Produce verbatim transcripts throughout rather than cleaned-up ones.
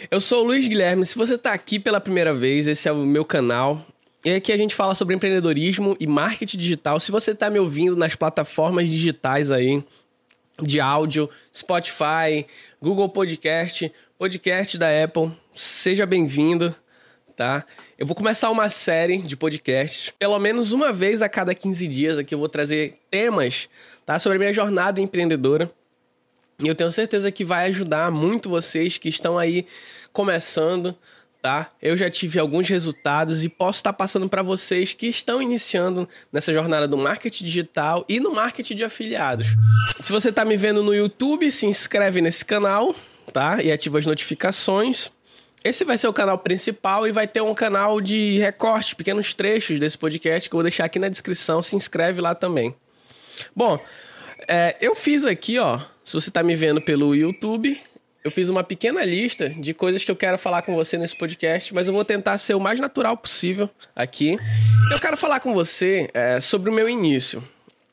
Eu sou o Luiz Guilherme, se você está aqui pela primeira vez, esse é o meu canal. E aqui a gente fala sobre empreendedorismo e marketing digital. Se você está me ouvindo nas plataformas digitais aí, de áudio, Spotify, Google Podcast, podcast da Apple, seja bem-vindo, tá? Eu vou começar uma série de podcasts, pelo menos uma vez a cada quinze dias aqui eu vou trazer temas, tá? Sobre a minha jornada empreendedora. E eu tenho certeza que vai ajudar muito vocês que estão aí começando, tá? Eu já tive alguns resultados e posso estar passando para vocês que estão iniciando nessa jornada do marketing digital e no marketing de afiliados. Se você está me vendo no YouTube, se inscreve nesse canal, tá? E ativa as notificações. Esse vai ser o canal principal e vai ter um canal de recortes, pequenos trechos desse podcast que eu vou deixar aqui na descrição. Se inscreve lá também. Bom, é, eu fiz aqui, ó, se você está me vendo pelo YouTube, eu fiz uma pequena lista de coisas que eu quero falar com você nesse podcast, mas eu vou tentar ser o mais natural possível aqui. Eu quero falar com você é, sobre o meu início.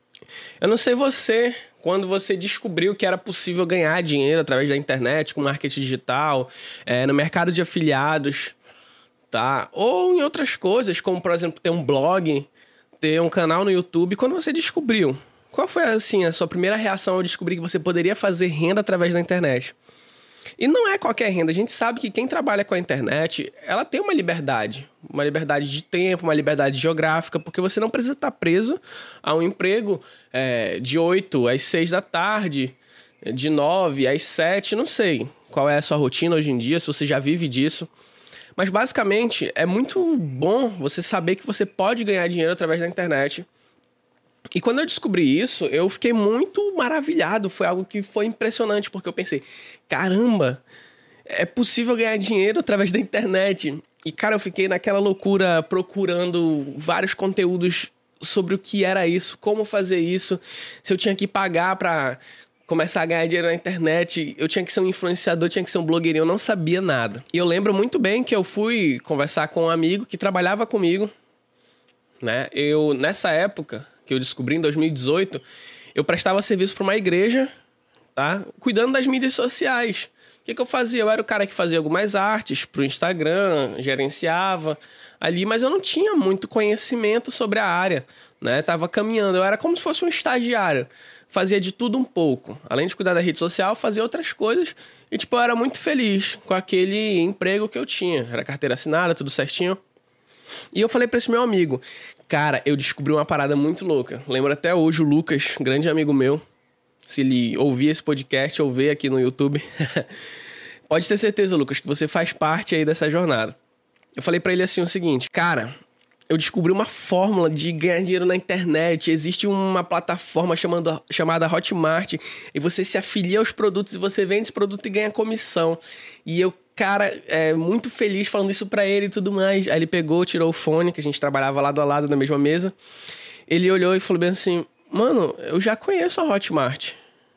Eu não sei você, quando você descobriu que era possível ganhar dinheiro através da internet, com marketing digital, é, no mercado de afiliados, tá? Ou em outras coisas, como, por exemplo, ter um blog, ter um canal no YouTube. Quando você descobriu? Qual foi, assim, a sua primeira reação ao descobrir que você poderia fazer renda através da internet? E não é qualquer renda. A gente sabe que quem trabalha com a internet, ela tem uma liberdade. Uma liberdade de tempo, uma liberdade geográfica, porque você não precisa estar preso a um emprego é, de oito às seis da tarde, de nove às sete, não sei qual é a sua rotina hoje em dia, se você já vive disso. Mas, basicamente, é muito bom você saber que você pode ganhar dinheiro através da internet. E quando eu descobri isso, eu fiquei muito maravilhado. Foi algo que foi impressionante, porque eu pensei, caramba, é possível ganhar dinheiro através da internet. E, cara, eu fiquei naquela loucura procurando vários conteúdos sobre o que era isso, como fazer isso, se eu tinha que pagar pra começar a ganhar dinheiro na internet, eu tinha que ser um influenciador, tinha que ser um blogueirinho, eu não sabia nada. E eu lembro muito bem que eu fui conversar com um amigo que trabalhava comigo, né? Eu, nessa época que eu descobri em dois mil e dezoito, eu prestava serviço para uma igreja, tá? Cuidando das mídias sociais. O que, que eu fazia? Eu era o cara que fazia algumas artes para o Instagram, gerenciava ali, mas eu não tinha muito conhecimento sobre a área, né? Tava caminhando, eu era como se fosse um estagiário. Fazia de tudo um pouco. Além de cuidar da rede social, fazia outras coisas. E, tipo, eu era muito feliz com aquele emprego que eu tinha. Era carteira assinada, tudo certinho. E eu falei pra esse meu amigo, cara, eu descobri uma parada muito louca. Lembro até hoje o Lucas, grande amigo meu, se ele ouvir esse podcast ou ver aqui no YouTube, pode ter certeza, Lucas, que você faz parte aí dessa jornada. Eu falei pra ele assim o seguinte, cara, eu descobri uma fórmula de ganhar dinheiro na internet. Existe uma plataforma chamando, chamada Hotmart e você se afilia aos produtos e você vende esse produto e ganha comissão. E eu, cara, é muito feliz falando isso pra ele e tudo mais. Aí ele pegou, tirou o fone, que a gente trabalhava lado a lado na mesma mesa. Ele olhou e falou bem assim, mano, eu já conheço a Hotmart.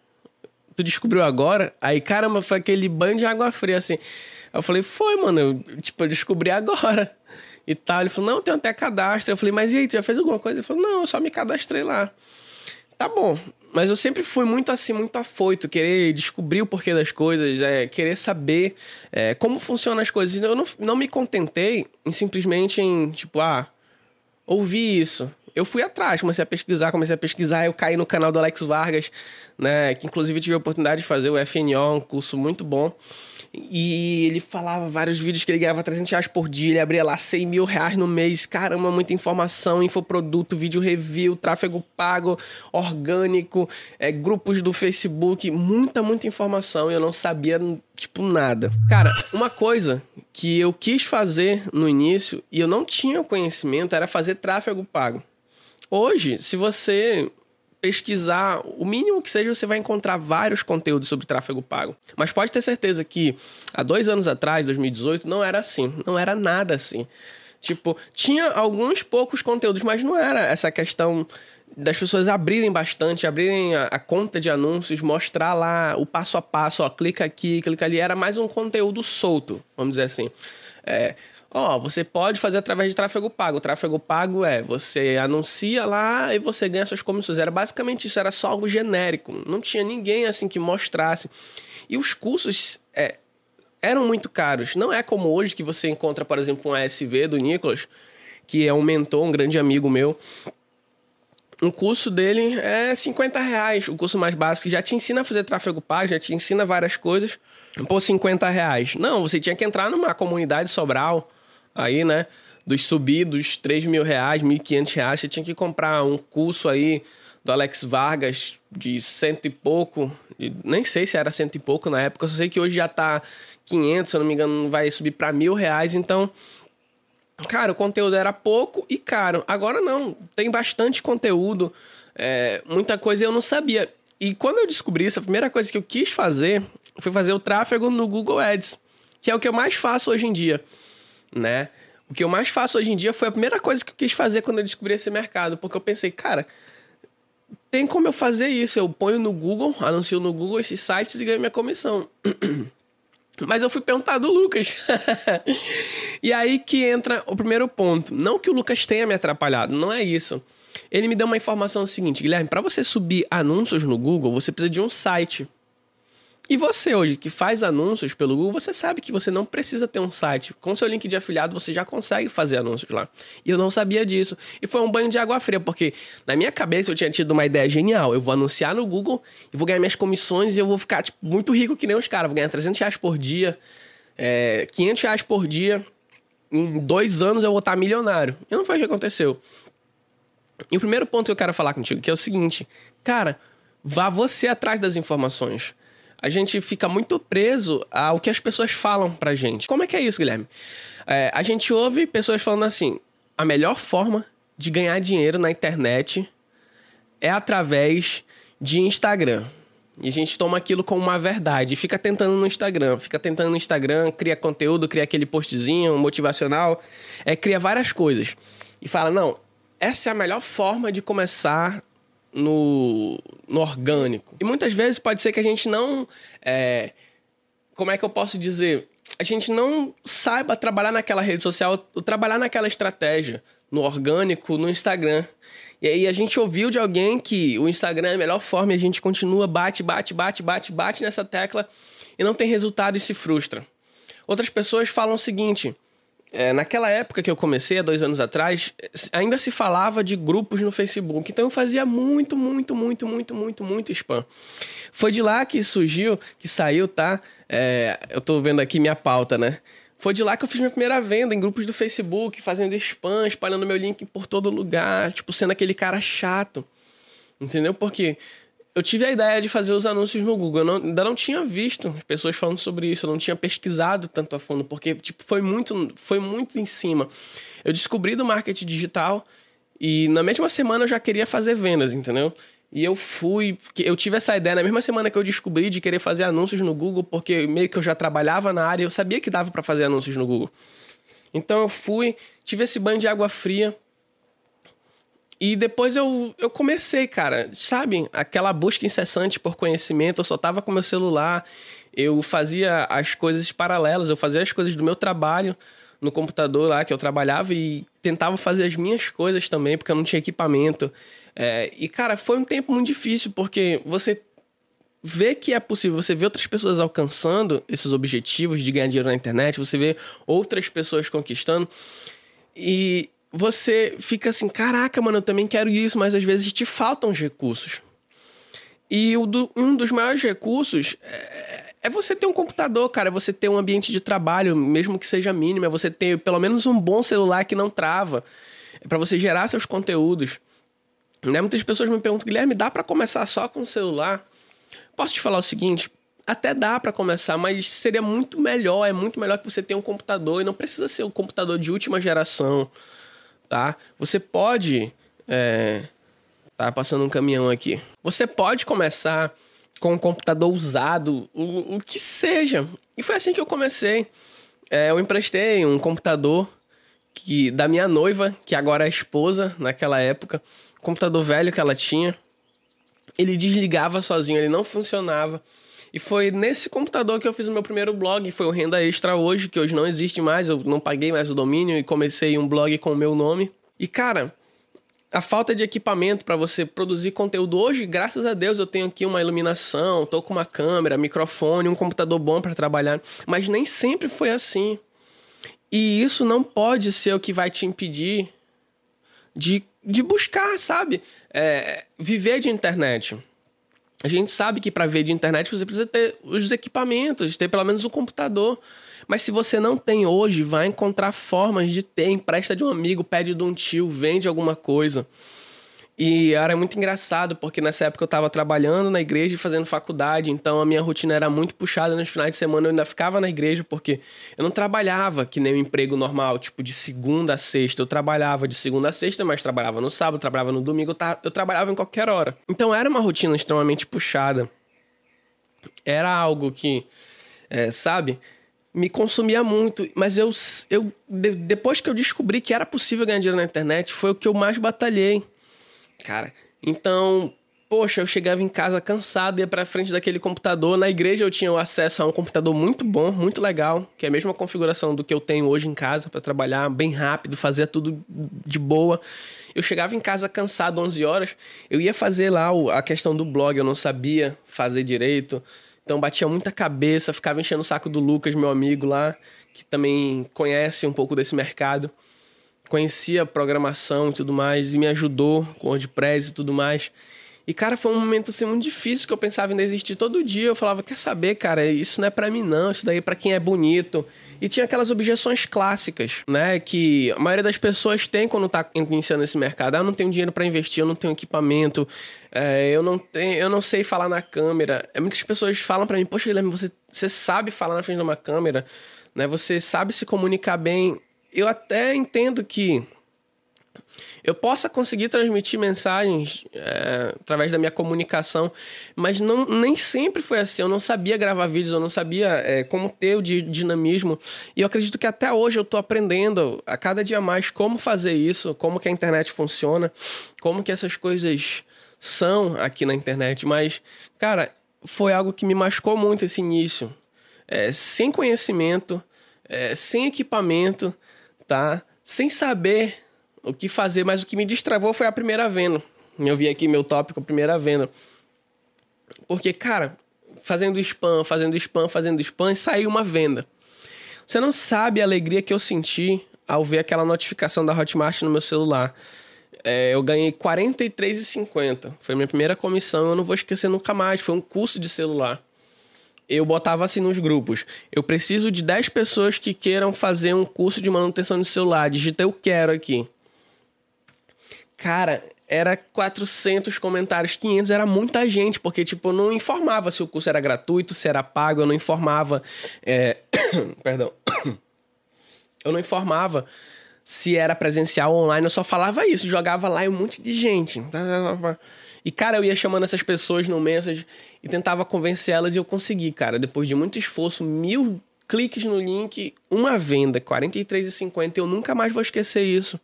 Tu descobriu agora? Aí, caramba, foi aquele banho de água fria, assim. Aí eu falei, foi, mano, eu, tipo, eu descobri agora. E tal, ele falou, não, tem até cadastro. Eu falei, mas e aí, tu já fez alguma coisa? Ele falou, não, eu só me cadastrei lá. Tá bom, mas eu sempre fui muito assim, muito afoito, querer descobrir o porquê das coisas, é, querer saber é, como funcionam as coisas. Eu não, não me contentei em simplesmente em, tipo, ah, ouvir isso. Eu fui atrás, comecei a pesquisar, comecei a pesquisar, eu caí no canal do Alex Vargas, né, que inclusive tive a oportunidade de fazer o F N O, um curso muito bom. E ele falava vários vídeos que ele ganhava trezentos reais por dia, ele abria lá cem mil reais no mês, caramba, muita informação, infoproduto, vídeo review, tráfego pago, orgânico, é, grupos do Facebook, muita, muita informação e eu não sabia, tipo, nada. Cara, uma coisa que eu quis fazer no início e eu não tinha conhecimento era fazer tráfego pago. Hoje, se você pesquisar, o mínimo que seja, você vai encontrar vários conteúdos sobre tráfego pago. Mas pode ter certeza que há dois anos atrás, dois mil e dezoito, não era assim. Não era nada assim. Tipo, tinha alguns poucos conteúdos, mas não era essa questão das pessoas abrirem bastante, abrirem a, a conta de anúncios, mostrar lá o passo a passo, ó, clica aqui, clica ali. Era mais um conteúdo solto, vamos dizer assim. É... Ó, oh, você pode fazer através de tráfego pago. O tráfego pago é, você anuncia lá e você ganha suas comissões. Era basicamente isso, era só algo genérico. Não tinha ninguém assim que mostrasse. E os cursos, é, eram muito caros. Não é como hoje que você encontra, por exemplo, um A S V do Nicolas, que é um mentor, um grande amigo meu. O curso dele é cinquenta reais, o curso mais básico, que já te ensina a fazer tráfego pago, já te ensina várias coisas, por cinquenta reais. Não, você tinha que entrar numa comunidade Sobral, aí, né, dos subidos, três mil reais, mil e quinhentos reais, você tinha que comprar um curso aí do Alex Vargas de cento e pouco, nem sei se era cento e pouco na época, eu só sei que hoje já tá quinhentos, se eu não me engano, vai subir para mil reais, então... Cara, o conteúdo era pouco e caro. Agora não, tem bastante conteúdo, é, muita coisa eu não sabia. E quando eu descobri isso, a primeira coisa que eu quis fazer foi fazer o tráfego no Google Ads, que é o que eu mais faço hoje em dia, né? O que eu mais faço hoje em dia foi a primeira coisa que eu quis fazer quando eu descobri esse mercado, porque eu pensei, cara, tem como eu fazer isso? Eu ponho no Google, anuncio no Google esses sites e ganho minha comissão. Mas eu fui perguntar do Lucas. E aí que entra o primeiro ponto. Não que o Lucas tenha me atrapalhado, não é isso. Ele me deu uma informação seguinte: Guilherme, para você subir anúncios no Google, você precisa de um site. E você hoje que faz anúncios pelo Google, você sabe que você não precisa ter um site. Com seu link de afiliado, você já consegue fazer anúncios lá. E eu não sabia disso. E foi um banho de água fria, porque na minha cabeça eu tinha tido uma ideia genial. Eu vou anunciar no Google, e vou ganhar minhas comissões e eu vou ficar tipo, muito rico que nem os caras. Vou ganhar trezentos reais por dia, é, quinhentos reais por dia. Em dois anos eu vou estar milionário. E não foi o que aconteceu. E o primeiro ponto que eu quero falar contigo, que é o seguinte. Cara, vá você atrás das informações. A gente fica muito preso ao que as pessoas falam pra gente. Como é que é isso, Guilherme? É, a gente ouve pessoas falando assim: a melhor forma de ganhar dinheiro na internet é através de Instagram. E a gente toma aquilo como uma verdade. Fica tentando no Instagram. Fica tentando no Instagram, cria conteúdo, cria aquele postzinho motivacional. É, cria várias coisas. E fala, não, essa é a melhor forma de começar no, no orgânico. E muitas vezes pode ser que a gente não... É, como é que eu posso dizer? A gente não saiba trabalhar naquela rede social, trabalhar naquela estratégia, no orgânico, no Instagram. E aí a gente ouviu de alguém que o Instagram é a melhor forma e a gente continua, bate, bate, bate, bate, bate nessa tecla e não tem resultado e se frustra. Outras pessoas falam o seguinte, é, naquela época que eu comecei, há dois anos atrás, ainda se falava de grupos no Facebook, então eu fazia muito, muito, muito, muito, muito, muito spam. Foi de lá que surgiu, que saiu, tá? É, eu tô vendo aqui minha pauta, né? Foi de lá que eu fiz minha primeira venda, em grupos do Facebook, fazendo spam, espalhando meu link por todo lugar, tipo, sendo aquele cara chato, entendeu? Porque eu tive a ideia de fazer os anúncios no Google, eu não, ainda não tinha visto pessoas falando sobre isso, eu não tinha pesquisado tanto a fundo, porque tipo, foi, muito, foi muito em cima. Eu descobri do marketing digital e na mesma semana eu já queria fazer vendas, entendeu? E eu fui... Eu tive essa ideia na mesma semana que eu descobri de querer fazer anúncios no Google, porque meio que eu já trabalhava na área e eu sabia que dava pra fazer anúncios no Google. Então eu fui, tive esse banho de água fria. E depois eu, eu comecei, cara, sabe? Aquela busca incessante por conhecimento. Eu só tava com meu celular, eu fazia as coisas paralelas, eu fazia as coisas do meu trabalho no computador lá que eu trabalhava e tentava fazer as minhas coisas também, porque eu não tinha equipamento. É, e, cara, foi um tempo muito difícil, porque você vê que é possível, você vê outras pessoas alcançando esses objetivos de ganhar dinheiro na internet, você vê outras pessoas conquistando, e você fica assim, caraca, mano, eu também quero isso, mas às vezes te faltam os recursos. E o do, um dos maiores recursos é, é você ter um computador, cara, é você ter um ambiente de trabalho, mesmo que seja mínimo, é você ter pelo menos um bom celular que não trava, é para você gerar seus conteúdos. Né? Muitas pessoas me perguntam, Guilherme, dá pra começar só com o celular? Posso te falar o seguinte, até dá pra começar, mas seria muito melhor, é muito melhor que você tenha um computador, e não precisa ser um computador de última geração, tá? Você pode... É... Tá passando um caminhão aqui. Você pode começar com um computador usado, o, o que seja. E foi assim que eu comecei. É, eu emprestei um computador que, da minha noiva, que agora é esposa, naquela época, computador velho que ela tinha, ele desligava sozinho, ele não funcionava. E foi nesse computador que eu fiz o meu primeiro blog, foi o Renda Extra Hoje, que hoje não existe mais, eu não paguei mais o domínio e comecei um blog com o meu nome. E, cara, a falta de equipamento para você produzir conteúdo. Hoje, graças a Deus, eu tenho aqui uma iluminação, tô com uma câmera, microfone, um computador bom para trabalhar, mas nem sempre foi assim. E isso não pode ser o que vai te impedir de, de buscar, sabe? É, viver de internet. A gente sabe que para viver de internet você precisa ter os equipamentos, ter pelo menos um computador. Mas se você não tem hoje, vai encontrar formas de ter. Empresta de um amigo, pede de um tio, vende alguma coisa. E era muito engraçado, porque nessa época eu estava trabalhando na igreja e fazendo faculdade, então a minha rotina era muito puxada. Nos finais de semana eu ainda ficava na igreja, porque eu não trabalhava que nem um emprego normal, tipo de segunda a sexta. Eu trabalhava de segunda a sexta, mas trabalhava no sábado, trabalhava no domingo, eu, tra- eu trabalhava em qualquer hora. Então era uma rotina extremamente puxada. Era algo que, é, sabe, me consumia muito. Mas eu, eu de- depois que eu descobri que era possível ganhar dinheiro na internet, foi o que eu mais batalhei. Cara, então, poxa, eu chegava em casa cansado, ia pra frente daquele computador. Na igreja eu tinha acesso a um computador muito bom, muito legal, que é a mesma configuração do que eu tenho hoje em casa pra trabalhar bem rápido, fazer tudo de boa. Eu chegava em casa cansado, onze horas, eu ia fazer lá a questão do blog, eu não sabia fazer direito, então batia muita cabeça, ficava enchendo o saco do Lucas, meu amigo lá, que também conhece um pouco desse mercado. Conhecia a programação e tudo mais, e me ajudou com o WordPress e tudo mais. E, cara, foi um momento, assim, muito difícil, que eu pensava em desistir todo dia. Eu falava, quer saber, cara, isso não é pra mim, não. Isso daí é pra quem é bonito. E tinha aquelas objeções clássicas, né? Que a maioria das pessoas tem quando tá iniciando esse mercado. Ah, eu não tenho dinheiro pra investir, eu não tenho equipamento, é, eu, não tenho, eu não sei falar na câmera. É, muitas pessoas falam pra mim, poxa, Guilherme, você, você sabe falar na frente de uma câmera, né? Você sabe se comunicar bem. Eu até entendo que eu possa conseguir transmitir mensagens é, através da minha comunicação, mas não, nem sempre foi assim. Eu não sabia gravar vídeos, eu não sabia é, como ter o di- dinamismo. E eu acredito que até hoje eu estou aprendendo a cada dia mais como fazer isso, como que a internet funciona, como que essas coisas são aqui na internet. Mas, cara, foi algo que me machucou muito esse início. É, sem conhecimento, é, sem equipamento, tá? Sem saber o que fazer, mas o que me destravou foi a primeira venda. Eu vi aqui meu tópico, primeira venda. Porque, cara, fazendo spam, fazendo spam, fazendo spam, saiu uma venda. Você não sabe a alegria que eu senti ao ver aquela notificação da Hotmart no meu celular. É, eu ganhei quarenta e três reais e cinquenta centavos. Foi a minha primeira comissão, eu não vou esquecer nunca mais. Foi um curso de celular. Eu botava assim nos grupos. Eu preciso de dez pessoas que queiram fazer um curso de manutenção de celular. Digita eu quero aqui. Cara, era quatrocentos comentários, quinhentos, era muita gente. Porque, tipo, eu não informava se o curso era gratuito, se era pago. Eu não informava... É... Perdão. Eu não informava se era presencial ou online. Eu só falava isso. Jogava lá e um monte de gente. E, cara, eu ia chamando essas pessoas no message e tentava convencer elas e eu consegui, cara. Depois de muito esforço, mil cliques no link, uma venda, quarenta e três reais e cinquenta centavos. Eu nunca mais vou esquecer isso.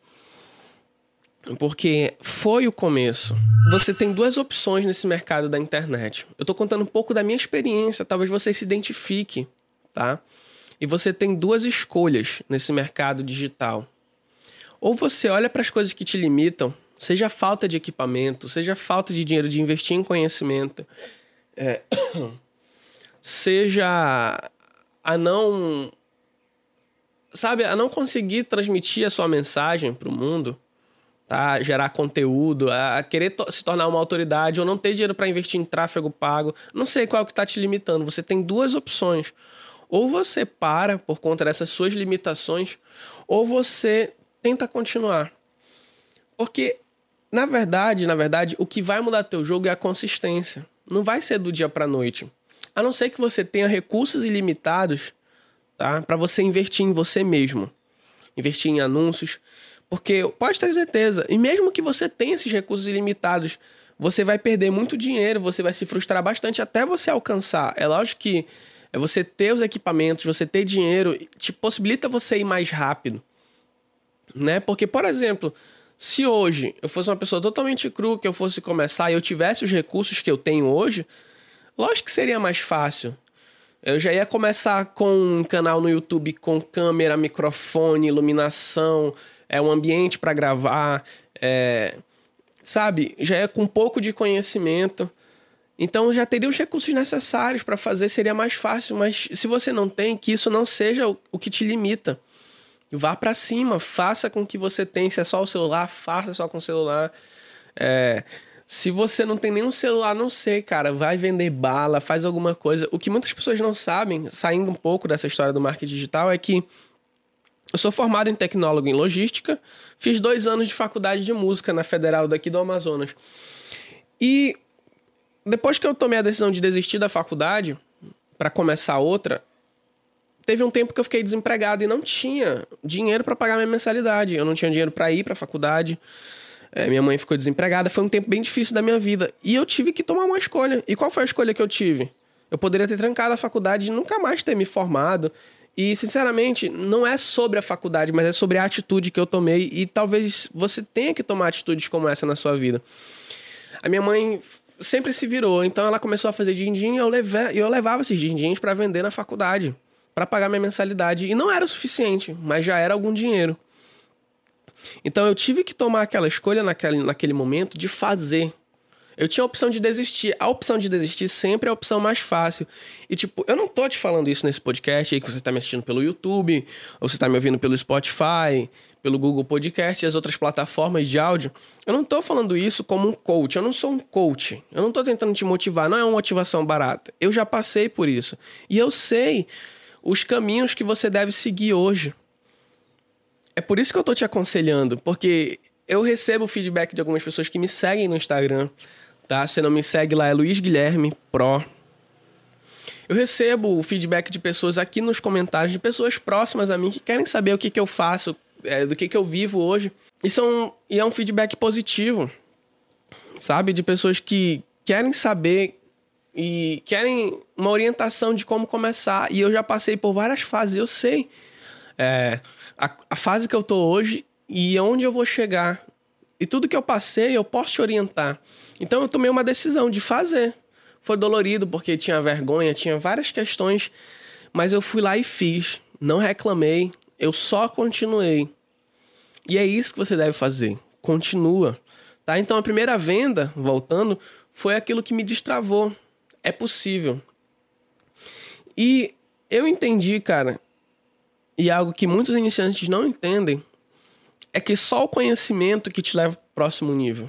Porque foi o começo. Você tem duas opções nesse mercado da internet. Eu tô contando um pouco da minha experiência, talvez você se identifique, tá? E você tem duas escolhas nesse mercado digital. Ou você olha para as coisas que te limitam, seja falta de equipamento, seja falta de dinheiro de investir em conhecimento, é, seja a não, sabe, a não conseguir transmitir a sua mensagem para o mundo, tá? Gerar conteúdo, a querer to- se tornar uma autoridade ou não ter dinheiro para investir em tráfego pago. Não sei qual é o que está te limitando. Você tem duas opções. Ou você para por conta dessas suas limitações, ou você tenta continuar. Porque, na verdade, na verdade, o que vai mudar teu jogo é a consistência. Não vai ser do dia para noite. A não ser que você tenha recursos ilimitados, tá? Para você investir em você mesmo. Investir em anúncios. Porque pode ter certeza, e mesmo que você tenha esses recursos ilimitados, você vai perder muito dinheiro, você vai se frustrar bastante até você alcançar. É lógico que é você ter os equipamentos, você ter dinheiro, te possibilita você ir mais rápido, né? Porque, por exemplo, se hoje eu fosse uma pessoa totalmente crua, que eu fosse começar e eu tivesse os recursos que eu tenho hoje, lógico que seria mais fácil. Eu já ia começar com um canal no YouTube com câmera, microfone, iluminação, é um ambiente para gravar, é, sabe, já é com um pouco de conhecimento. Então já teria os recursos necessários para fazer, seria mais fácil. Mas se você não tem, que isso não seja o, o que te limita. Vá para cima, faça com que você tenha. Se é só o celular, faça só com o celular. É, se você não tem nenhum celular, não sei, cara, vai vender bala, faz alguma coisa. O que muitas pessoas não sabem, saindo um pouco dessa história do marketing digital, é que eu sou formado em tecnólogo em logística, fiz dois anos de faculdade de música na Federal daqui do Amazonas. E depois que eu tomei a decisão de desistir da faculdade para começar outra, teve um tempo que eu fiquei desempregado e não tinha dinheiro para pagar minha mensalidade. Eu não tinha dinheiro para ir para a faculdade. É, minha mãe ficou desempregada. Foi um tempo bem difícil da minha vida. E eu tive que tomar uma escolha. E qual foi a escolha que eu tive? Eu poderia ter trancado a faculdade e nunca mais ter me formado. E, sinceramente, não é sobre a faculdade, mas é sobre a atitude que eu tomei. E talvez você tenha que tomar atitudes como essa na sua vida. A minha mãe sempre se virou. Então, ela começou a fazer din-din e eu, leve... eu levava esses din-dins para vender na faculdade, para pagar minha mensalidade. E não era o suficiente, mas já era algum dinheiro. Então eu tive que tomar aquela escolha naquele, naquele momento de fazer. Eu tinha a opção de desistir. A opção de desistir sempre é a opção mais fácil. E tipo, eu não tô te falando isso nesse podcast aí que você tá me assistindo pelo YouTube, ou você tá me ouvindo pelo Spotify, pelo Google Podcast e as outras plataformas de áudio. Eu não tô falando isso como um coach. Eu não sou um coach. Eu não tô tentando te motivar. Não é uma motivação barata. Eu já passei por isso. E eu sei os caminhos que você deve seguir hoje. É por isso que eu tô te aconselhando, porque eu recebo feedback de algumas pessoas que me seguem no Instagram, tá? Se você não me segue lá, é Luiz Guilherme Pro. Eu recebo o feedback de pessoas aqui nos comentários, de pessoas próximas a mim, que querem saber o que, que eu faço, é, do que, que eu vivo hoje. E, são, e é um feedback positivo, sabe? De pessoas que querem saber e querem uma orientação de como começar. E eu já passei por várias fases, eu sei é, a, a fase que eu tô hoje e onde eu vou chegar. E tudo que eu passei, eu posso te orientar. Então eu tomei uma decisão de fazer. Foi dolorido porque tinha vergonha, tinha várias questões, mas eu fui lá e fiz. Não reclamei, eu só continuei. E é isso que você deve fazer. Continua. Tá? Então a primeira venda, voltando, foi aquilo que me destravou. É possível. E eu entendi, cara, e algo que muitos iniciantes não entendem, é que só o conhecimento que te leva para o próximo nível.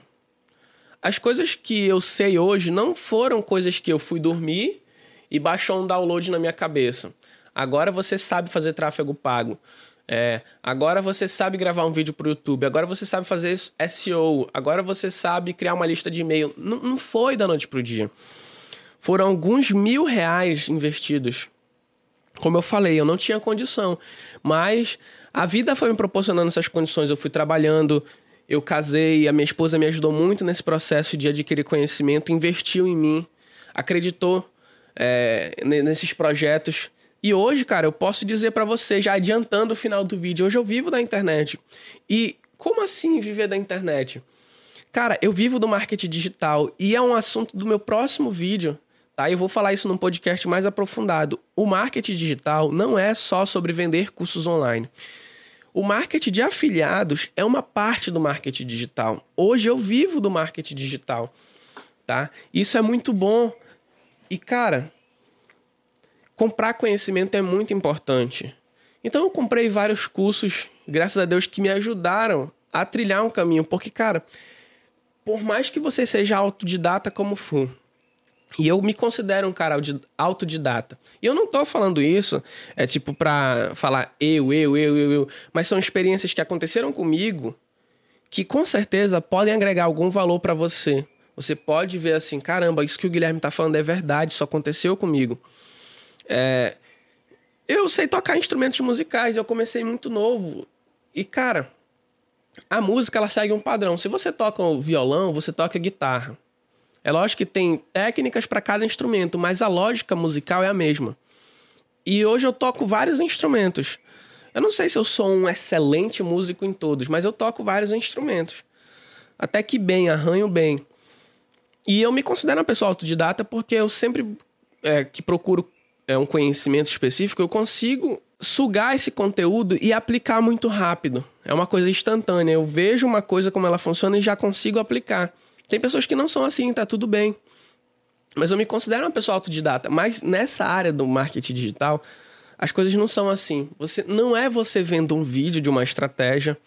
As coisas que eu sei hoje não foram coisas que eu fui dormir e baixou um download na minha cabeça. Agora você sabe fazer tráfego pago. É, agora você sabe gravar um vídeo para o YouTube. Agora você sabe fazer S E O. Agora você sabe criar uma lista de e-mail. Não, não foi da noite para o dia. Foram alguns mil reais investidos. Como eu falei, eu não tinha condição. Mas a vida foi me proporcionando essas condições. Eu fui trabalhando, eu casei, a minha esposa me ajudou muito nesse processo de adquirir conhecimento, investiu em mim, acreditou é, nesses projetos. E hoje, cara, eu posso dizer pra você, já adiantando o final do vídeo, hoje eu vivo da internet. E como assim viver da internet? Cara, eu vivo do marketing digital e é um assunto do meu próximo vídeo. Tá? Eu vou falar isso num podcast mais aprofundado. O marketing digital não é só sobre vender cursos online. O marketing de afiliados é uma parte do marketing digital. Hoje eu vivo do marketing digital. Tá? Isso é muito bom. E, cara, comprar conhecimento é muito importante. Então eu comprei vários cursos, graças a Deus, que me ajudaram a trilhar um caminho. Porque, cara, por mais que você seja autodidata como for, e eu me considero um cara autodidata. E eu não tô falando isso, é tipo pra falar eu, eu, eu, eu, eu. Mas são experiências que aconteceram comigo que com certeza podem agregar algum valor pra você. Você pode ver assim, caramba, isso que o Guilherme tá falando é verdade, isso aconteceu comigo. É... Eu sei tocar instrumentos musicais, eu comecei muito novo. E, cara, a música ela segue um padrão. Se você toca o violão, você toca guitarra. É lógico que tem técnicas para cada instrumento, mas a lógica musical é a mesma. E hoje eu toco vários instrumentos. Eu não sei se eu sou um excelente músico em todos, mas eu toco vários instrumentos. Até que bem, arranho bem. E eu me considero uma pessoa autodidata porque eu sempre é, que procuro é, um conhecimento específico, eu consigo sugar esse conteúdo e aplicar muito rápido. É uma coisa instantânea. Eu vejo uma coisa como ela funciona e já consigo aplicar. Tem pessoas que não são assim, tá tudo bem. Mas eu me considero uma pessoa autodidata. Mas nessa área do marketing digital, as coisas não são assim. Você, não é você vendo um vídeo de uma estratégia.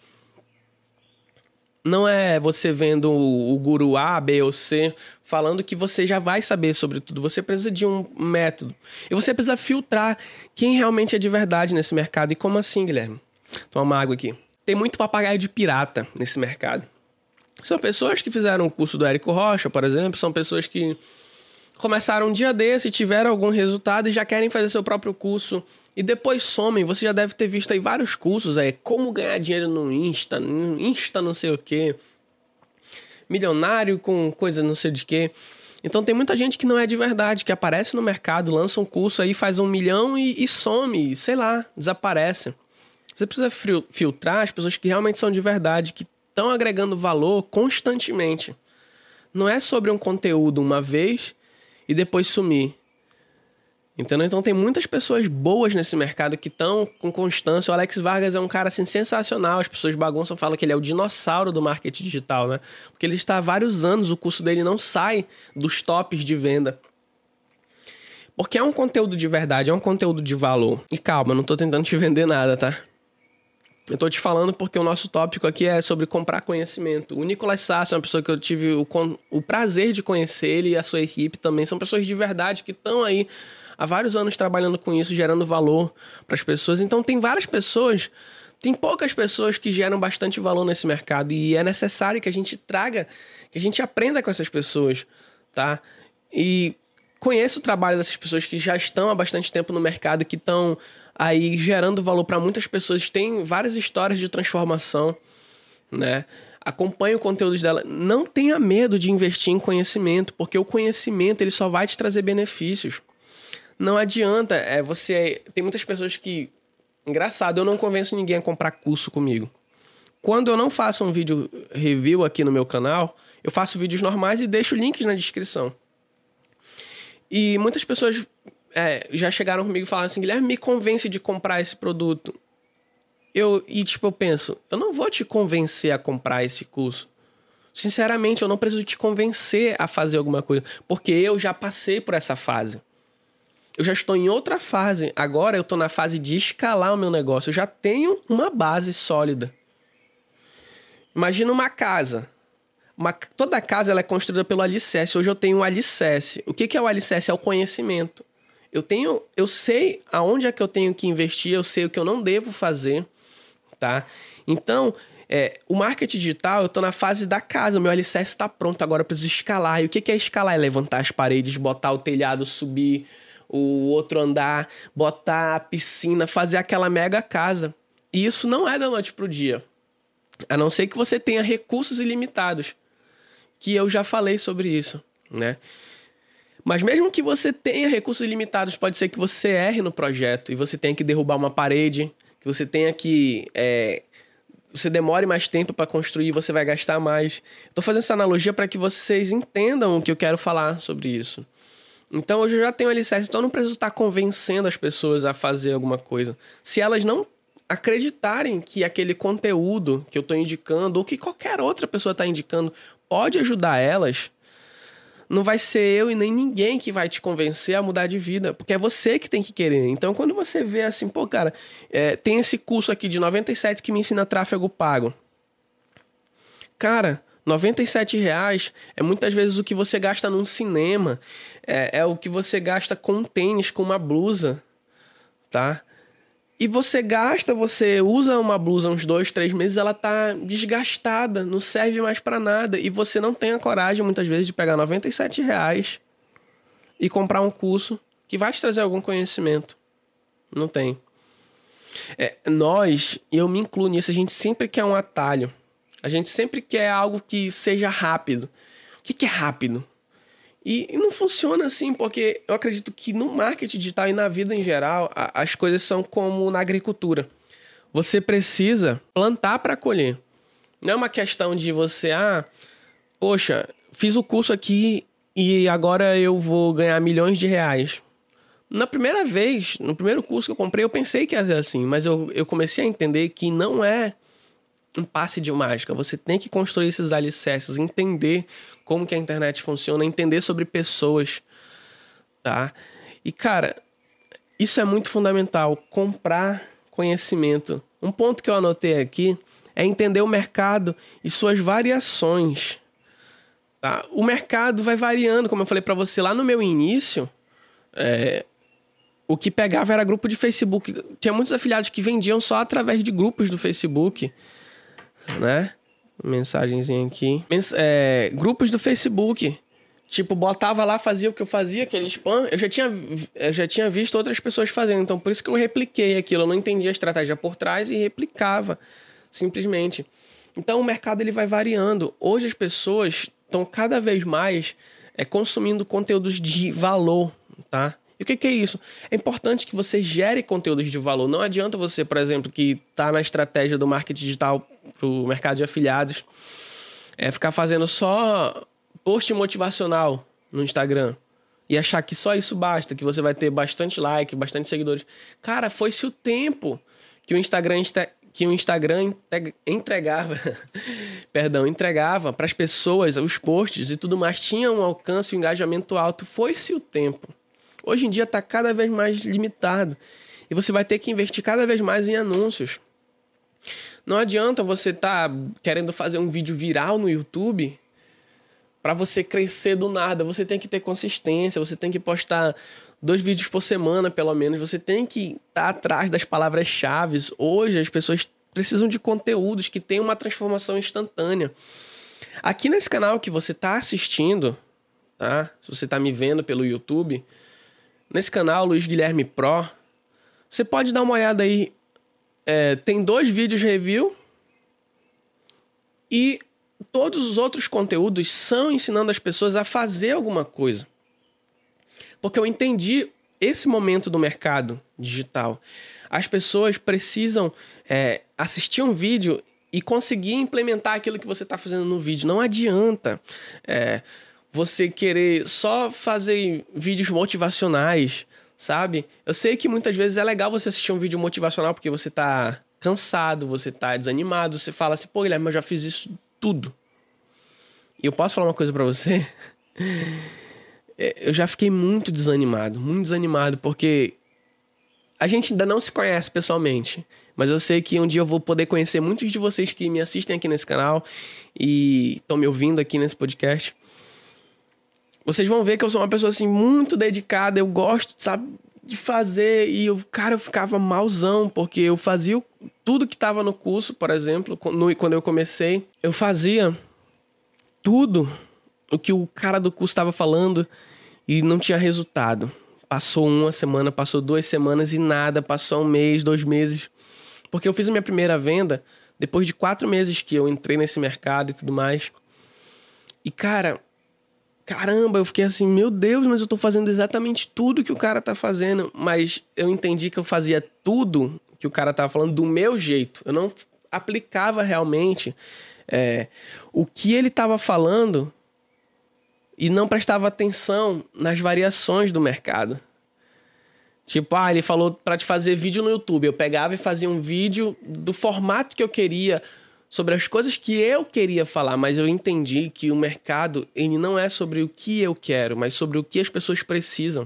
Não é você vendo o, o guru A, B ou C falando que você já vai saber sobre tudo. Você precisa de um método. E você precisa filtrar quem realmente é de verdade nesse mercado. E como assim, Guilherme? Toma uma água aqui. Tem muito papagaio de pirata nesse mercado. São pessoas que fizeram o curso do Érico Rocha, por exemplo. São pessoas que começaram um dia desse, tiveram algum resultado e já querem fazer seu próprio curso. E depois somem. Você já deve ter visto aí vários cursos aí. Como ganhar dinheiro no Insta, no Insta não sei o quê. Milionário com coisa não sei de quê. Então tem muita gente que não é de verdade, que aparece no mercado, lança um curso aí, faz um milhão e, e some, sei lá, desaparece. Você precisa filtrar as pessoas que realmente são de verdade, que estão agregando valor constantemente. Não é sobre um conteúdo uma vez e depois sumir. Entendeu? Então tem muitas pessoas boas nesse mercado que estão com constância. O Alex Vargas é um cara assim, sensacional. As pessoas bagunçam, falam que ele é o dinossauro do marketing digital, né? Porque ele está há vários anos, o curso dele não sai dos tops de venda. Porque é um conteúdo de verdade, é um conteúdo de valor. E calma, eu não tô tentando te vender nada, tá? Eu tô te falando porque o nosso tópico aqui é sobre comprar conhecimento. O Nicolas Sassi é uma pessoa que eu tive o, o prazer de conhecer, ele e a sua equipe também. São pessoas de verdade que estão aí há vários anos trabalhando com isso, gerando valor para as pessoas. Então tem várias pessoas, tem poucas pessoas que geram bastante valor nesse mercado. E é necessário que a gente traga, que a gente aprenda com essas pessoas, tá? E conheça o trabalho dessas pessoas que já estão há bastante tempo no mercado, que estão aí gerando valor para muitas pessoas. Tem várias histórias de transformação, né? Acompanhe o conteúdo dela. Não tenha medo de investir em conhecimento, porque o conhecimento ele só vai te trazer benefícios. Não adianta, é você... Tem muitas pessoas que... Engraçado, eu não convenço ninguém a comprar curso comigo. Quando eu não faço um vídeo review aqui no meu canal, eu faço vídeos normais e deixo links na descrição. E muitas pessoas é, já chegaram comigo e falaram assim, Guilherme, me convence de comprar esse produto. Eu, e tipo, eu penso, eu não vou te convencer a comprar esse curso. Sinceramente, eu não preciso te convencer a fazer alguma coisa, porque eu já passei por essa fase. Eu já estou em outra fase. Agora eu estou na fase de escalar o meu negócio. Eu já tenho uma base sólida. Imagina uma casa. Uma, toda casa ela é construída pelo alicerce. Hoje eu tenho um alicerce. O que, que é o alicerce? É o conhecimento. Eu, tenho, eu sei aonde é que eu tenho que investir. Eu sei o que eu não devo fazer. Tá? Então, é, o marketing digital, eu estou na fase da casa. O meu alicerce está pronto. Agora eu preciso escalar. E o que, que é escalar? É levantar as paredes, botar o telhado, subir o outro andar, botar a piscina, fazer aquela mega casa. E isso não é da noite pro dia. A não ser que você tenha recursos ilimitados. Que eu já falei sobre isso, né? Mas mesmo que você tenha recursos ilimitados, pode ser que você erre no projeto e você tenha que derrubar uma parede, que você tenha que... É, você demore mais tempo para construir, você vai gastar mais. Estou fazendo essa analogia para que vocês entendam o que eu quero falar sobre isso. Então, hoje eu já tenho alicerce, então eu não preciso estar convencendo as pessoas a fazer alguma coisa. Se elas não acreditarem que aquele conteúdo que eu estou indicando, ou que qualquer outra pessoa está indicando, pode ajudar elas, não vai ser eu e nem ninguém que vai te convencer a mudar de vida, porque é você que tem que querer. Então, quando você vê assim, pô, cara, é, tem esse curso aqui de noventa e sete que me ensina tráfego pago. Cara... noventa e sete reais é muitas vezes o que você gasta num cinema, é, é o que você gasta com um tênis, com uma blusa, tá? E você gasta, você usa uma blusa uns dois, três meses, ela tá desgastada, não serve mais pra nada, e você não tem a coragem muitas vezes de pegar noventa e sete reais e comprar um curso que vai te trazer algum conhecimento. Não tem. É, nós, e eu me incluo nisso, a gente sempre quer um atalho. A gente sempre quer algo que seja rápido. O que, que é rápido? E, e não funciona assim, porque eu acredito que no marketing digital e na vida em geral, a, as coisas são como na agricultura. Você precisa plantar para colher. Não é uma questão de você, ah, poxa, fiz o curso aqui e agora eu vou ganhar milhões de reais. Na primeira vez, no primeiro curso que eu comprei, eu pensei que ia ser assim, mas eu, eu comecei a entender que não é um passe de mágica. Você tem que construir esses alicerces, entender como que a internet funciona, entender sobre pessoas, tá? E, cara, isso é muito fundamental, comprar conhecimento. Um ponto que eu anotei aqui é entender o mercado e suas variações, tá? O mercado vai variando, como eu falei para você lá no meu início, é, o que pegava era grupo de Facebook. Tinha muitos afiliados que vendiam só através de grupos do Facebook, né? Mensagenzinha aqui. Mens é, grupos do Facebook. Tipo, botava lá, fazia o que eu fazia, aquele spam. Eu já tinha, eu já tinha visto outras pessoas fazendo. Então, por isso que eu repliquei aquilo. Eu não entendia a estratégia por trás e replicava, simplesmente. Então, o mercado ele vai variando. Hoje, as pessoas estão cada vez mais é, consumindo conteúdos de valor, tá? E o que, que é isso? É importante que você gere conteúdos de valor. Não adianta você, por exemplo, que está na estratégia do marketing digital para o mercado de afiliados, é ficar fazendo só post motivacional no Instagram e achar que só isso basta, que você vai ter bastante like, bastante seguidores. Cara, foi-se o tempo que o Instagram, que o Instagram entregava, perdão, entregava para as pessoas os posts e tudo mais, tinha um alcance e um engajamento alto. Foi-se o tempo. Hoje em dia está cada vez mais limitado. E você vai ter que investir cada vez mais em anúncios. Não adianta você estar tá querendo fazer um vídeo viral no YouTube para você crescer do nada. Você tem que ter consistência, você tem que postar dois vídeos por semana, pelo menos. Você tem que estar tá atrás das palavras-chave. Hoje as pessoas precisam de conteúdos que tenham uma transformação instantânea. Aqui nesse canal que você está assistindo, tá? Se você está me vendo pelo YouTube, nesse canal, Luiz Guilherme Pro, você pode dar uma olhada aí. É, tem dois vídeos review e todos os outros conteúdos são ensinando as pessoas a fazer alguma coisa. Porque eu entendi esse momento do mercado digital. As pessoas precisam é, assistir um vídeo e conseguir implementar aquilo que você está fazendo no vídeo. Não adianta é, você querer só fazer vídeos motivacionais, sabe? Eu sei que muitas vezes é legal você assistir um vídeo motivacional porque você tá cansado, você tá desanimado, você fala assim, pô, Guilherme, eu já fiz isso tudo. E eu posso falar uma coisa pra você? Eu já fiquei muito desanimado, muito desanimado, porque a gente ainda não se conhece pessoalmente, mas eu sei que um dia eu vou poder conhecer muitos de vocês que me assistem aqui nesse canal e estão me ouvindo aqui nesse podcast. Vocês vão ver que eu sou uma pessoa assim muito dedicada, eu gosto, sabe, de fazer, e eu, cara, eu ficava malzão, porque eu fazia tudo que estava no curso, por exemplo, no, quando eu comecei, eu fazia tudo o que o cara do curso estava falando e não tinha resultado. Passou uma semana, passou duas semanas e nada, passou um mês, dois meses, porque eu fiz a minha primeira venda depois de quatro meses que eu entrei nesse mercado e tudo mais. E, cara, caramba, eu fiquei assim, meu Deus, mas eu tô fazendo exatamente tudo que o cara tá fazendo. Mas eu entendi que eu fazia tudo que o cara tava falando do meu jeito. Eu não aplicava realmente é, o que ele tava falando e não prestava atenção nas variações do mercado. Tipo, ah, ele falou pra te fazer vídeo no YouTube. Eu pegava e fazia um vídeo do formato que eu queria, sobre as coisas que eu queria falar, mas eu entendi que o mercado, ele não é sobre o que eu quero, mas sobre o que as pessoas precisam.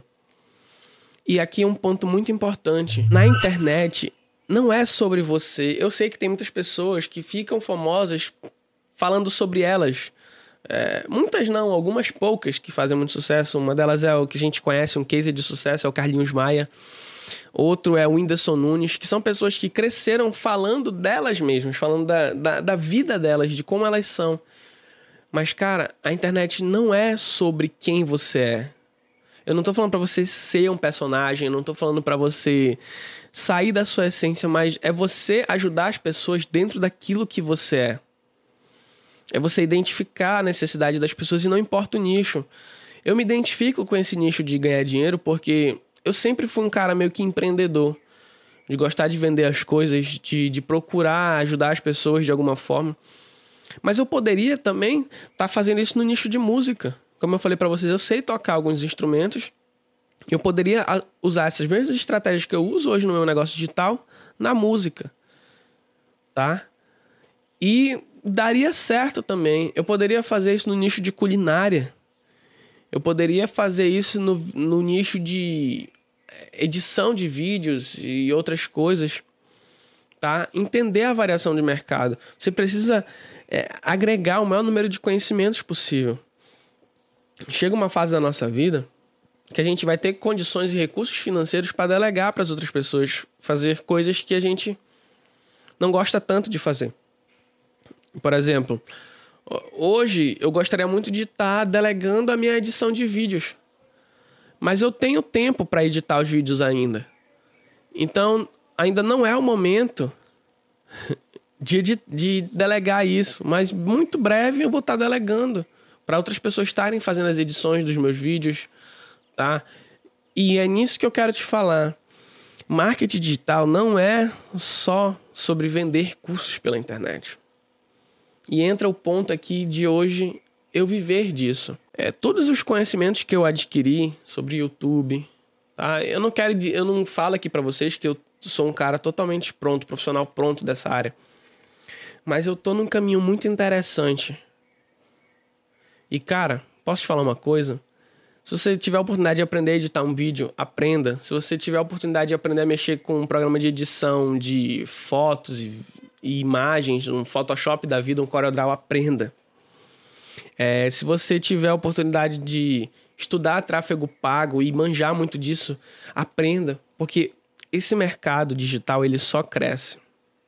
E aqui é um ponto muito importante. Na internet, não é sobre você. Eu sei que tem muitas pessoas que ficam famosas falando sobre elas. É, muitas não, algumas poucas que fazem muito sucesso. Uma delas é o que a gente conhece, um case de sucesso, é o Carlinhos Maia. Outro é o Whindersson Nunes, que são pessoas que cresceram falando delas mesmas, falando da, da, da vida delas, de como elas são. Mas, cara, a internet não é sobre quem você é. Eu não tô falando pra você ser um personagem, eu não tô falando pra você sair da sua essência, mas é você ajudar as pessoas dentro daquilo que você é. É você identificar a necessidade das pessoas e não importa o nicho. Eu me identifico com esse nicho de ganhar dinheiro porque eu sempre fui um cara meio que empreendedor, de gostar de vender as coisas, de, de procurar ajudar as pessoas de alguma forma. Mas eu poderia também estar fazendo isso no nicho de música. Como eu falei pra vocês, eu sei tocar alguns instrumentos Eu poderia usar essas mesmas estratégias que eu uso hoje no meu negócio digital na música, tá? E daria certo também. Eu poderia fazer isso no nicho de culinária. Eu poderia fazer isso no, no nicho de edição de vídeos e outras coisas, tá? Entender a variação de mercado. Você precisa é, agregar o maior número de conhecimentos possível. Chega uma fase da nossa vida que a gente vai ter condições e recursos financeiros para delegar para as outras pessoas fazer coisas que a gente não gosta tanto de fazer. Por exemplo, hoje eu gostaria muito de estar delegando a minha edição de vídeos, mas eu tenho tempo para editar os vídeos ainda. Então, ainda não é o momento de, de, de delegar isso, mas muito breve eu vou estar delegando para outras pessoas estarem fazendo as edições dos meus vídeos, tá? E é nisso que eu quero te falar. Marketing digital não é só sobre vender cursos pela internet. E entra o ponto aqui de hoje eu viver disso. É, todos os conhecimentos que eu adquiri sobre YouTube, tá? Eu não quero, eu não falo aqui para vocês que eu sou um cara totalmente pronto, profissional pronto dessa área. Mas eu tô num caminho muito interessante. E cara, posso te falar uma coisa? Se você tiver a oportunidade de aprender a editar um vídeo, aprenda. Se você tiver a oportunidade de aprender a mexer com um programa de edição de fotos e, e imagens, um Photoshop da vida, um CorelDRAW, aprenda. É, se você tiver a oportunidade de estudar tráfego pago e manjar muito disso, aprenda. Porque esse mercado digital, ele só cresce.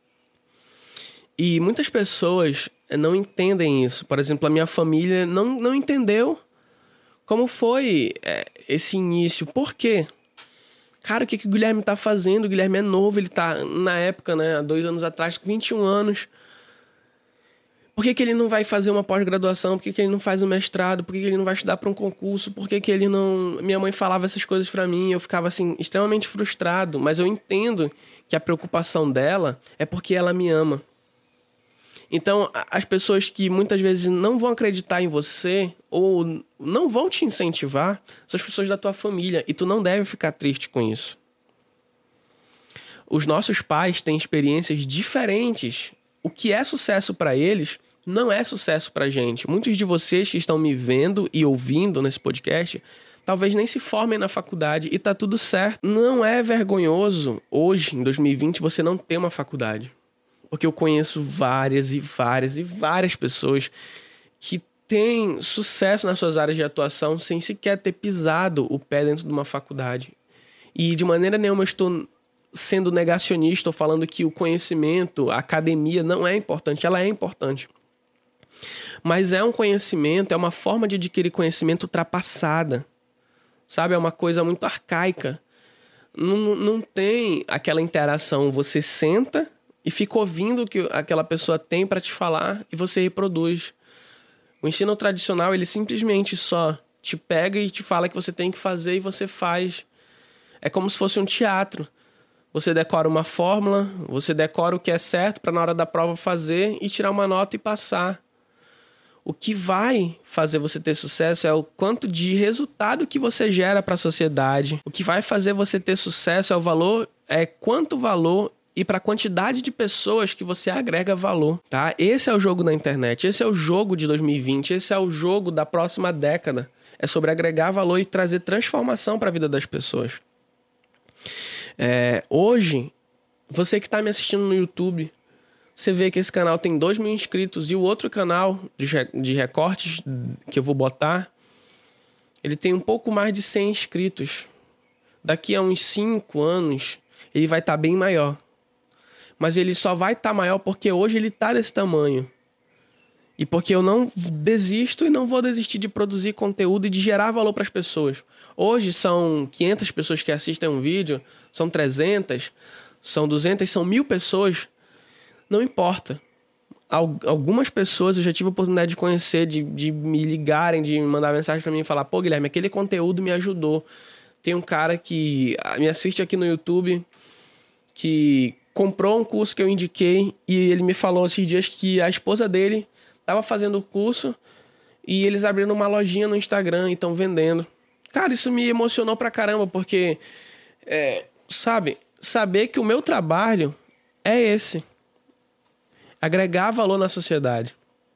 E muitas pessoas não entendem isso. Por exemplo, a minha família não, não entendeu como foi é, esse início. Por quê? Cara, o que, que o Guilherme tá fazendo? O Guilherme é novo, ele tá, na época, né, há dois anos atrás, com vinte e um anos. Por que, que ele não vai fazer uma pós-graduação? Por que, que ele não faz um mestrado? Por que, que ele não vai estudar para um concurso? Por que, que ele não... Minha mãe falava essas coisas para mim, eu ficava, assim, extremamente frustrado. Mas eu entendo que a preocupação dela é porque ela me ama. Então, as pessoas que muitas vezes não vão acreditar em você ou não vão te incentivar são as pessoas da tua família e tu não deve ficar triste com isso. Os nossos pais têm experiências diferentes. O que é sucesso para eles não é sucesso pra gente. Muitos de vocês que estão me vendo e ouvindo nesse podcast talvez nem se formem na faculdade e tá tudo certo. Não é vergonhoso hoje, em dois mil e vinte, você não ter uma faculdade. Porque eu conheço várias e várias e várias pessoas que têm sucesso nas suas áreas de atuação sem sequer ter pisado o pé dentro de uma faculdade. E de maneira nenhuma eu estou sendo negacionista ou falando que o conhecimento, a academia não é importante. Ela é importante. Mas é um conhecimento, é uma forma de adquirir conhecimento ultrapassada. Sabe? É uma coisa muito arcaica. Não, não tem aquela interação. Você senta e fica ouvindo o que aquela pessoa tem para te falar e você reproduz. O ensino tradicional, ele simplesmente só te pega e te fala que você tem que fazer e você faz. É como se fosse um teatro. Você decora uma fórmula, você decora o que é certo para na hora da prova fazer e tirar uma nota e passar. O que vai fazer você ter sucesso é o quanto de resultado que você gera para a sociedade. O que vai fazer você ter sucesso é o valor, é quanto valor e para a quantidade de pessoas que você agrega valor, tá? Esse é o jogo da internet, esse é o jogo de dois mil e vinte, esse é o jogo da próxima década. É sobre agregar valor e trazer transformação para a vida das pessoas. É, hoje, você que está me assistindo no YouTube, você vê que esse canal tem dois mil inscritos e o outro canal de, de recortes que eu vou botar, ele tem um pouco mais de cem inscritos. Daqui a uns cinco anos, ele vai estar tá bem maior. Mas ele só vai estar tá maior porque hoje ele está desse tamanho. E porque eu não desisto e não vou desistir de produzir conteúdo e de gerar valor para as pessoas. Hoje são quinhentas pessoas que assistem um vídeo, são trezentas, são duzentas, são mil pessoas. Não importa. Algumas pessoas eu já tive a oportunidade de conhecer, de, de me ligarem, de mandar mensagem para mim e falar: pô, Guilherme, aquele conteúdo me ajudou. Tem um cara que me assiste aqui no YouTube que comprou um curso que eu indiquei e ele me falou esses dias que a esposa dele estava fazendo o curso e eles abriram uma lojinha no Instagram e estão vendendo. Cara, isso me emocionou pra caramba, porque, é, sabe, saber que o meu trabalho é esse. Agregar valor na sociedade.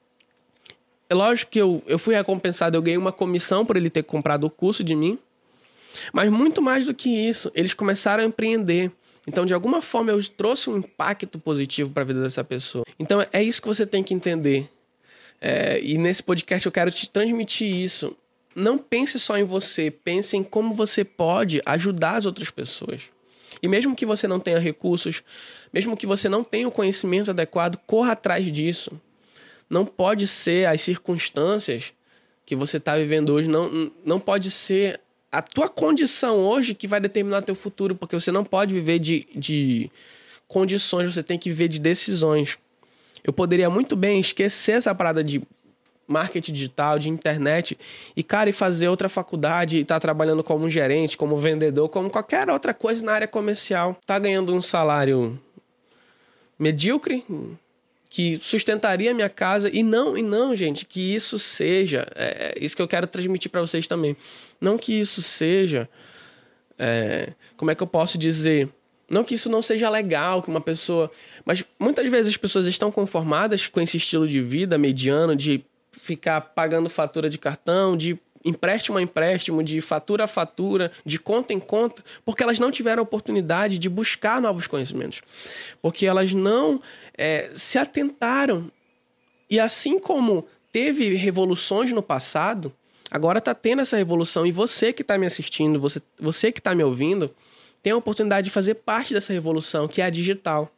É lógico que eu, eu fui recompensado, eu ganhei uma comissão por ele ter comprado o curso de mim, mas muito mais do que isso, eles começaram a empreender. Então, de alguma forma, eu trouxe um impacto positivo para a vida dessa pessoa. Então, é isso que você tem que entender. É, e nesse podcast eu quero te transmitir isso. Não pense só em você, pense em como você pode ajudar as outras pessoas. E mesmo que você não tenha recursos, mesmo que você não tenha o conhecimento adequado, corra atrás disso. Não pode ser as circunstâncias que você está vivendo hoje, não, não pode ser a tua condição hoje que vai determinar teu futuro, porque você não pode viver de, de condições, você tem que viver de decisões. Eu poderia muito bem esquecer essa parada de marketing digital, de internet, e, cara, e fazer outra faculdade, e tá trabalhando como gerente, como vendedor, como qualquer outra coisa na área comercial. Tá ganhando um salário medíocre, que sustentaria a minha casa, e não, e não, gente, que isso seja, é isso que eu quero transmitir para vocês também, não que isso seja, é, como é que eu posso dizer, não que isso não seja legal, que uma pessoa, mas muitas vezes as pessoas estão conformadas com esse estilo de vida mediano, de ficar pagando fatura de cartão, de empréstimo a empréstimo, de fatura a fatura, de conta em conta, porque elas não tiveram a oportunidade de buscar novos conhecimentos. Porque elas não é, se atentaram. E assim como teve revoluções no passado, agora está tendo essa revolução. E você que está me assistindo, você, você que está me ouvindo, tem a oportunidade de fazer parte dessa revolução, que é a digital.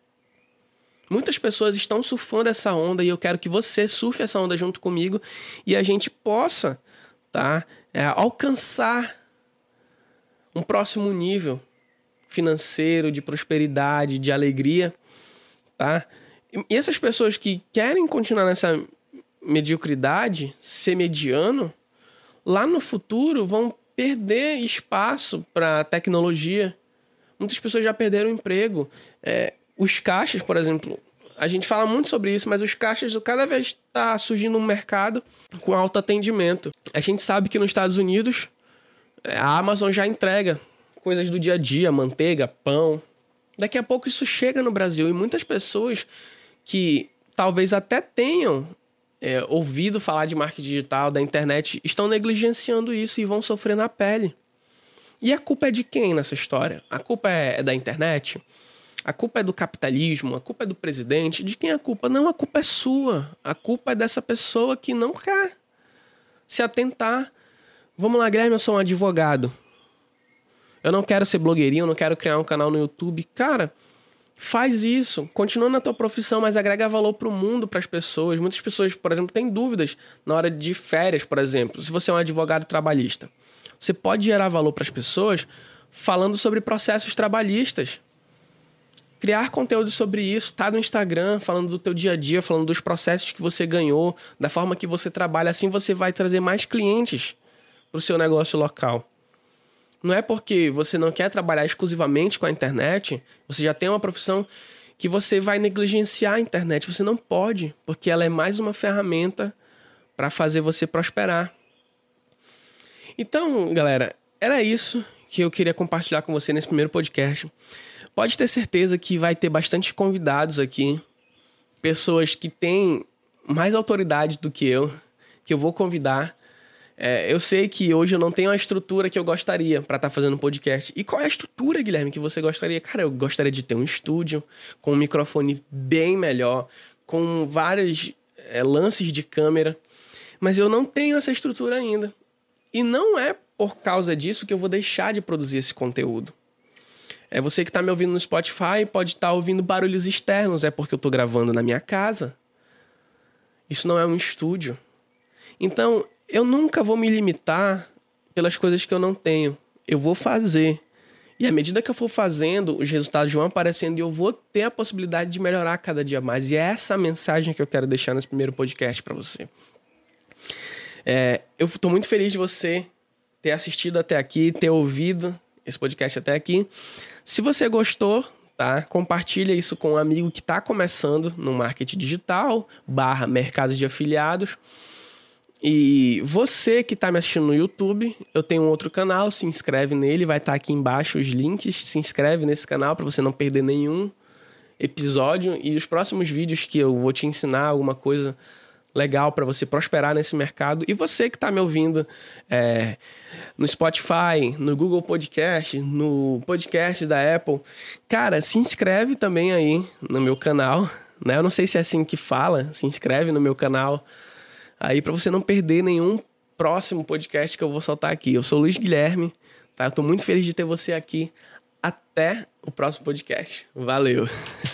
Muitas pessoas estão surfando essa onda e eu quero que você surfe essa onda junto comigo e a gente possa, tá, é, alcançar um próximo nível financeiro, de prosperidade, de alegria, tá? E essas pessoas que querem continuar nessa mediocridade, ser mediano, lá no futuro vão perder espaço para tecnologia. Muitas pessoas já perderam o emprego. É, os caixas, por exemplo, a gente fala muito sobre isso, mas os caixas cada vez está surgindo um mercado com alto atendimento. A gente sabe que nos Estados Unidos a Amazon já entrega coisas do dia a dia, manteiga, pão. Daqui a pouco isso chega no Brasil e muitas pessoas que talvez até tenham é, ouvido falar de marketing digital, da internet, estão negligenciando isso e vão sofrer na pele. E a culpa é de quem nessa história? A culpa é da internet? A culpa é do capitalismo? A culpa é do presidente? De quem é a culpa? Não, a culpa é sua. A culpa é dessa pessoa que não quer se atentar. Vamos lá, Guilherme, eu sou um advogado. Eu não quero ser blogueirinho, eu não quero criar um canal no YouTube. Cara, faz isso. Continua na tua profissão, mas agrega valor para o mundo, para as pessoas. Muitas pessoas, por exemplo, têm dúvidas na hora de férias, por exemplo. Se você é um advogado trabalhista, você pode gerar valor para as pessoas falando sobre processos trabalhistas. Criar conteúdo sobre isso, tá no Instagram, falando do teu dia a dia, falando dos processos que você ganhou, da forma que você trabalha. Assim você vai trazer mais clientes para o seu negócio local. Não é porque você não quer trabalhar exclusivamente com a internet, você já tem uma profissão que você vai negligenciar a internet. Você não pode, porque ela é mais uma ferramenta para fazer você prosperar. Então, galera, era isso que eu queria compartilhar com você nesse primeiro podcast. Pode ter certeza que vai ter bastante convidados aqui, pessoas que têm mais autoridade do que eu, que eu vou convidar. É, eu sei que hoje eu não tenho a estrutura que eu gostaria para estar tá fazendo um podcast. E qual é a estrutura, Guilherme, que você gostaria? Cara, eu gostaria de ter um estúdio com um microfone bem melhor, com vários é, lances de câmera, mas eu não tenho essa estrutura ainda. E não é por causa disso que eu vou deixar de produzir esse conteúdo. É você que está me ouvindo no Spotify pode estar tá ouvindo barulhos externos, é porque eu estou gravando na minha casa. Isso não é um estúdio. Então, eu nunca vou me limitar pelas coisas que eu não tenho. Eu vou fazer. E à medida que eu for fazendo, os resultados vão aparecendo e eu vou ter a possibilidade de melhorar cada dia mais. E é essa a mensagem que eu quero deixar nesse primeiro podcast para você. É, eu estou muito feliz de você ter assistido até aqui, ter ouvido esse podcast até aqui. Se você gostou, tá? Compartilha isso com um amigo que está começando no marketing digital, barra mercado de afiliados. E você que tá me assistindo no YouTube, eu tenho um outro canal, se inscreve nele, vai estar aqui embaixo os links, se inscreve nesse canal para você não perder nenhum episódio e os próximos vídeos que eu vou te ensinar alguma coisa legal para você prosperar nesse mercado. E você que tá me ouvindo é, no Spotify, no Google Podcast, no podcast da Apple, cara, se inscreve também aí no meu canal, né? Eu não sei se é assim que fala, se inscreve no meu canal aí para você não perder nenhum próximo podcast que eu vou soltar aqui. Eu sou o Luiz Guilherme, tá? Eu tô muito feliz de ter você aqui. Até o próximo podcast. Valeu!